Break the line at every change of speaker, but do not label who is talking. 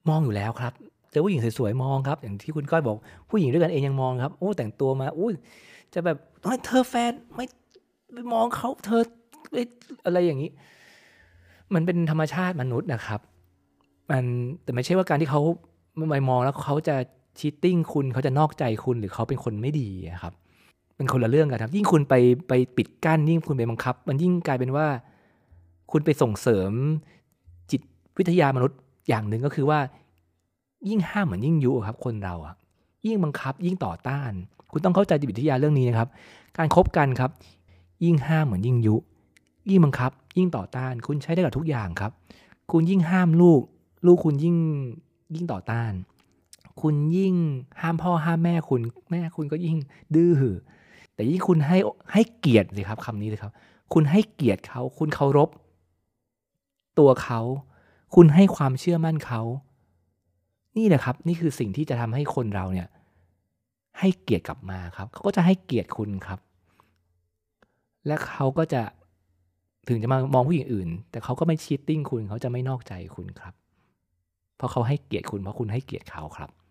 มองอยู่แล้วครับเจอผู้หญิงสวยๆมองครับอย่างที่คุณก้อยบอกผู้หญิงด้วยกันเองยังมองครับโอ้แต่งตัวมาอุ้ยจะแบบเฮ้ยเธอแฟนไม่ไปมองเขาเธอเอ้ยอะไรอย่างนี้มันเป็นธรรมชาติมนุษย์นะครับมันแต่ไม่ใช่ว่าการที่เขาไม่มองแล้วเขาจะชีตติ้งคุณเขาจะนอกใจคุณหรือเขาเป็นคนไม่ดีอะครับเป็นคนละเรื่องกันครับยิ่งคุณไปปิดกั้นยิ่งคุณไปบังคับมันยิ่งกลายเป็นว่าคุณไปส่งเสริมจิตวิทยามนุษย์อย่างหนึ่งก็คือว่า ยิ่งห้ามเหมือนยิ่งยุครับคนเราอะยิ่งบังคับยิ่งต่อต้านคุณต้องเข้าใจจิตวิทยาเรื่องนี้นะครับการคบกันครับยิ่งห้ามเหมือนยิ่งยุยิ่งบังคับยิ่งต่อต้านคุณใช้ได้กับทุกอย่างครับคุณยิ่งห้ามลูกคุณยิ่งต่อต้านคุณยิ่งห้ามพ่อห้ามแม่คุณก็ยิ่งดื้อแต่ยิ่งคุณให้เกียรติสิครับคำนี้เลยครับคุณให้เกียรติเขาคุณเคารพตัวเขาคุณให้ความเชื่อมั่นเขา นี่แหละครับนี่คือสิ่งที่จะทำให้คนเราเนี่ยให้เกียรติกลับมาครับเขาก็จะให้เกียรติคุณครับและเขาก็จะถึงจะมามองผู้หญิงอื่นแต่เขาก็ไม่ชีตติ้งคุณเขาจะไม่นอกใจคุณครับเพราะเขาให้เกียรติคุณเพราะคุณให้เกียรติเขาครับ